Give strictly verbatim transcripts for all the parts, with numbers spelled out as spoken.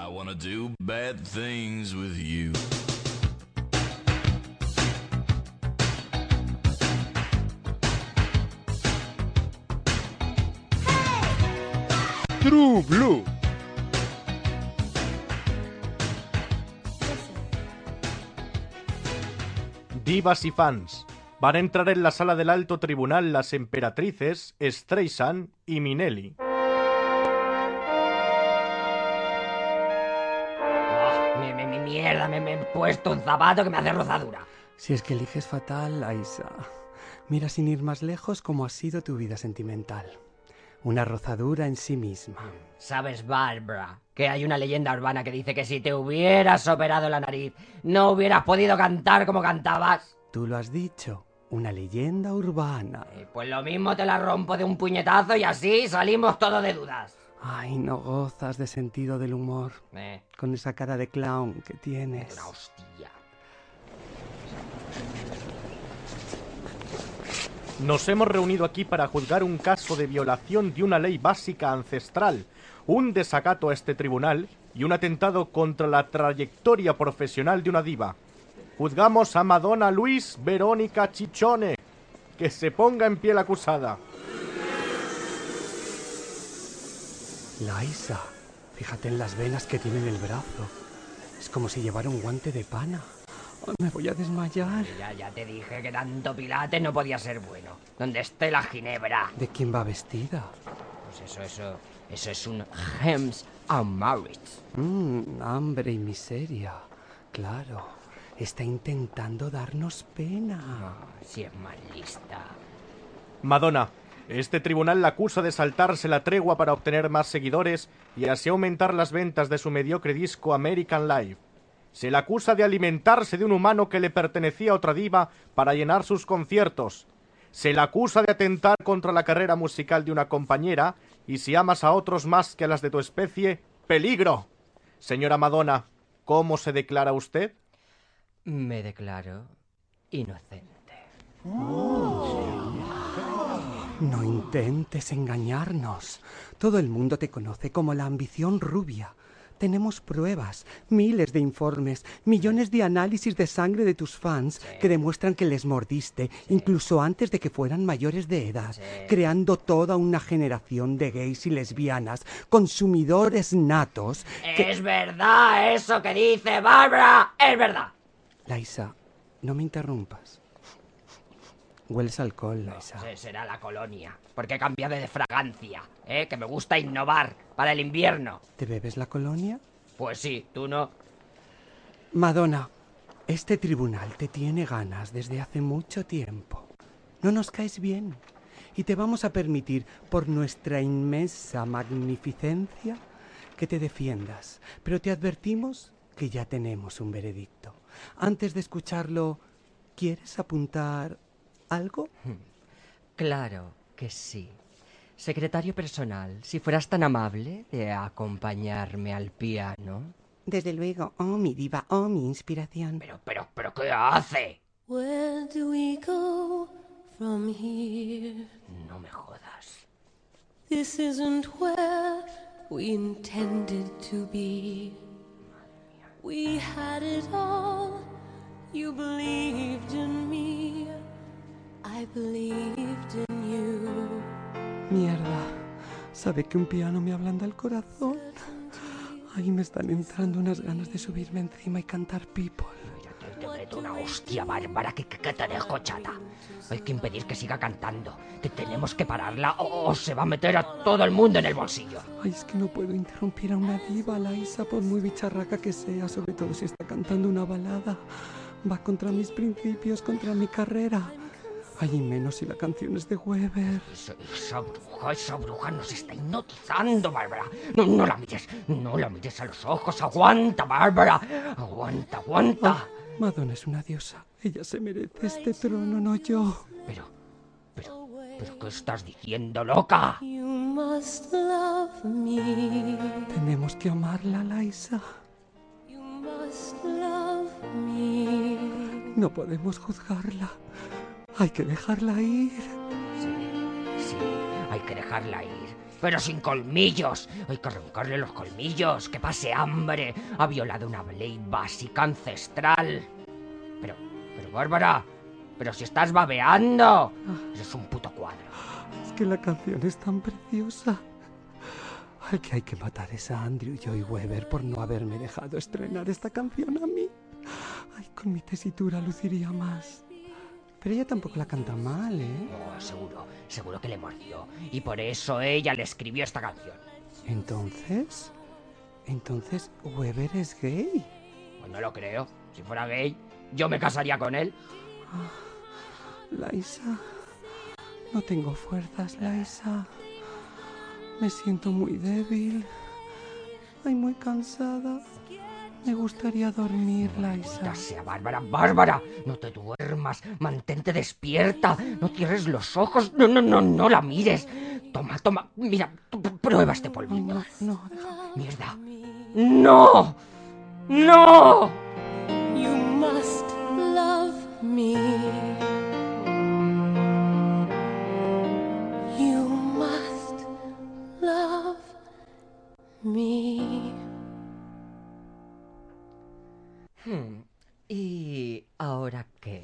wanna do bad things with you. True Blue. Divas y fans. Van a entrar en la sala del alto tribunal las emperatrices Streisand y Minelli. Oh, mi, mi, mi mierda, me, me he puesto un zapato que me hace rozadura. Si es que eliges fatal, Aisa. Mira sin ir más lejos cómo ha sido tu vida sentimental. Una rozadura en sí misma. ¿Sabes, Barbara? Que hay una leyenda urbana que dice que si te hubieras operado la nariz, no hubieras podido cantar como cantabas. Tú lo has dicho, una leyenda urbana. Eh, pues lo mismo te la rompo de un puñetazo y así salimos todos de dudas. Ay, no gozas de sentido del humor. Eh. Con esa cara de clown que tienes. Una hostia. Nos hemos reunido aquí para juzgar un caso de violación de una ley básica ancestral, un desacato a este tribunal y un atentado contra la trayectoria profesional de una diva. Juzgamos a Madonna Luis Verónica Chichone. Que se ponga en pie la acusada. Laisa, fíjate en las venas que tiene en el brazo. Es como si llevara un guante de pana. Oh, me voy a desmayar. Ya, ya te dije que tanto pilates no podía ser bueno. Donde esté la ginebra. ¿De quién va vestida? Pues eso, eso, eso es un Hems and Maurits. Mmm, hambre y miseria. Claro, está intentando darnos pena. Oh, si es más lista. Madonna, este tribunal la acusa de saltarse la tregua para obtener más seguidores y así aumentar las ventas de su mediocre disco American Life. Se le acusa de alimentarse de un humano que le pertenecía a otra diva para llenar sus conciertos. Se le acusa de atentar contra la carrera musical de una compañera y si amas a otros más que a las de tu especie, ¡peligro! Señora Madonna, ¿cómo se declara usted? Me declaro inocente. No intentes engañarnos. Todo el mundo te conoce como la ambición rubia. Tenemos pruebas, miles de informes, millones de análisis de sangre de tus fans sí. que demuestran que les mordiste, sí. incluso antes de que fueran mayores de edad, sí. creando toda una generación de gays y lesbianas, consumidores natos. ¡Es que... verdad eso que dice Barbara! ¡Es verdad! Laisa, no me interrumpas. Hueles alcohol, Laisa. No, será la colonia, porque he cambiado de fragancia, ¿eh? Que me gusta innovar para el invierno. ¿Te bebes la colonia? Pues sí, tú no. Madonna, este tribunal te tiene ganas desde hace mucho tiempo. No nos caes bien y te vamos a permitir, por nuestra inmensa magnificencia, que te defiendas. Pero te advertimos que ya tenemos un veredicto. Antes de escucharlo, ¿quieres apuntar algo? Claro que sí. Secretario personal, si fueras tan amable de acompañarme al piano. Desde luego, oh mi diva, oh mi inspiración. Pero, pero, pero, ¿qué hace? Where do we go from here? No me jodas. This isn't where we intended to be. We had it all. You believed in me. I believed in you. Mierda, ¿sabe que un piano me ablanda el corazón? Ay, me están entrando unas ganas de subirme encima y cantar People. Te meto una hostia, Bárbara, que, que, que te dejo chata. Hay que impedir que siga cantando. Te tenemos que pararla o, o se va a meter a todo el mundo en el bolsillo. Ay, es que no puedo interrumpir a una diva, Laisa, por muy bicharraca que sea, sobre todo si está cantando una balada. Va contra mis principios, contra mi carrera. Ay, y menos si la canción es de Weber. Esa, esa bruja, esa bruja nos está hipnotizando, Bárbara. No, no la mires, no la mires a los ojos. Aguanta, Bárbara. Aguanta, aguanta. Oh, Madonna es una diosa. Ella se merece este trono, no yo. Pero, pero, pero, ¿qué estás diciendo, loca? You must love me. Tenemos que amarla, Laisa. You must love me. No podemos juzgarla. Hay que dejarla ir. Sí, sí, hay que dejarla ir. pero sin colmillos. Hay que arrancarle los colmillos, que pase hambre. Ha violado una ley básica ancestral. Pero, pero Bárbara, pero si estás babeando. Eso es un puto cuadro. Es que la canción es tan preciosa. Al que hay que matar es a Andrew Lloyd Webber por no haberme dejado estrenar esta canción a mí. Ay, con mi tesitura luciría más. Pero ella tampoco la canta mal, ¿eh? Oh, seguro, seguro que le mordió. Y por eso ella le escribió esta canción. Entonces... Entonces, ¿Webber es gay? Pues no lo creo. Si fuera gay, yo me casaría con él. Liza... No tengo fuerzas, Liza. Me siento muy débil. Ay, muy cansada. Me gustaría dormir, Liza. Maldita sea, Bárbara, Bárbara. No te duermas, mantente despierta. No cierres los ojos. No, no, no, no la mires. Toma, toma, mira, prueba este polvito. Ay, no, no, deja. Mierda. ¡No! ¡No! You must love me. You must love me. Hmm. ¿Y ahora qué?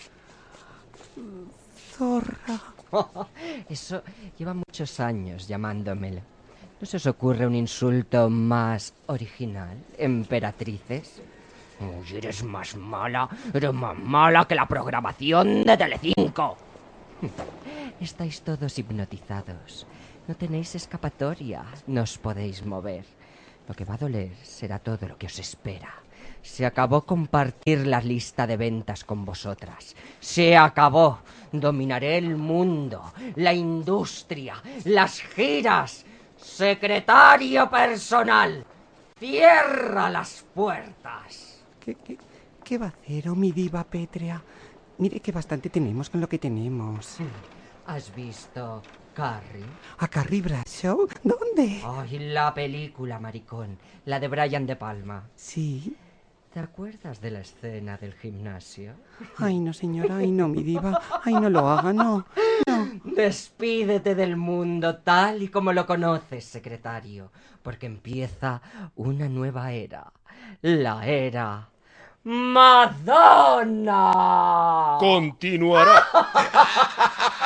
Zorra. Eso lleva muchos años llamándomelo. ¿No se os ocurre un insulto más original, emperatrices? Uy, eres más mala, eres más mala que la programación de Telecinco. Estáis todos hipnotizados. No tenéis escapatoria, no os podéis mover. Lo que va a doler será todo lo que os espera. Se acabó compartir la lista de ventas con vosotras. Se acabó. Dominaré el mundo, la industria, las giras. Secretario personal, cierra las puertas. ¿Qué, qué, qué va a hacer, oh mi diva pétrea? Mire que bastante tenemos con lo que tenemos. ¿Has visto Carrie? ¿A Carrie Bradshaw? ¿Dónde? Ay, la película, maricón. La de Brian De Palma. Sí. ¿Te acuerdas de la escena del gimnasio? Ay, no, señora, ay, no, mi diva. Ay, no lo haga, no. No. Despídete del mundo tal y como lo conoces, secretario, porque empieza una nueva era. La era Madonna. Continuará.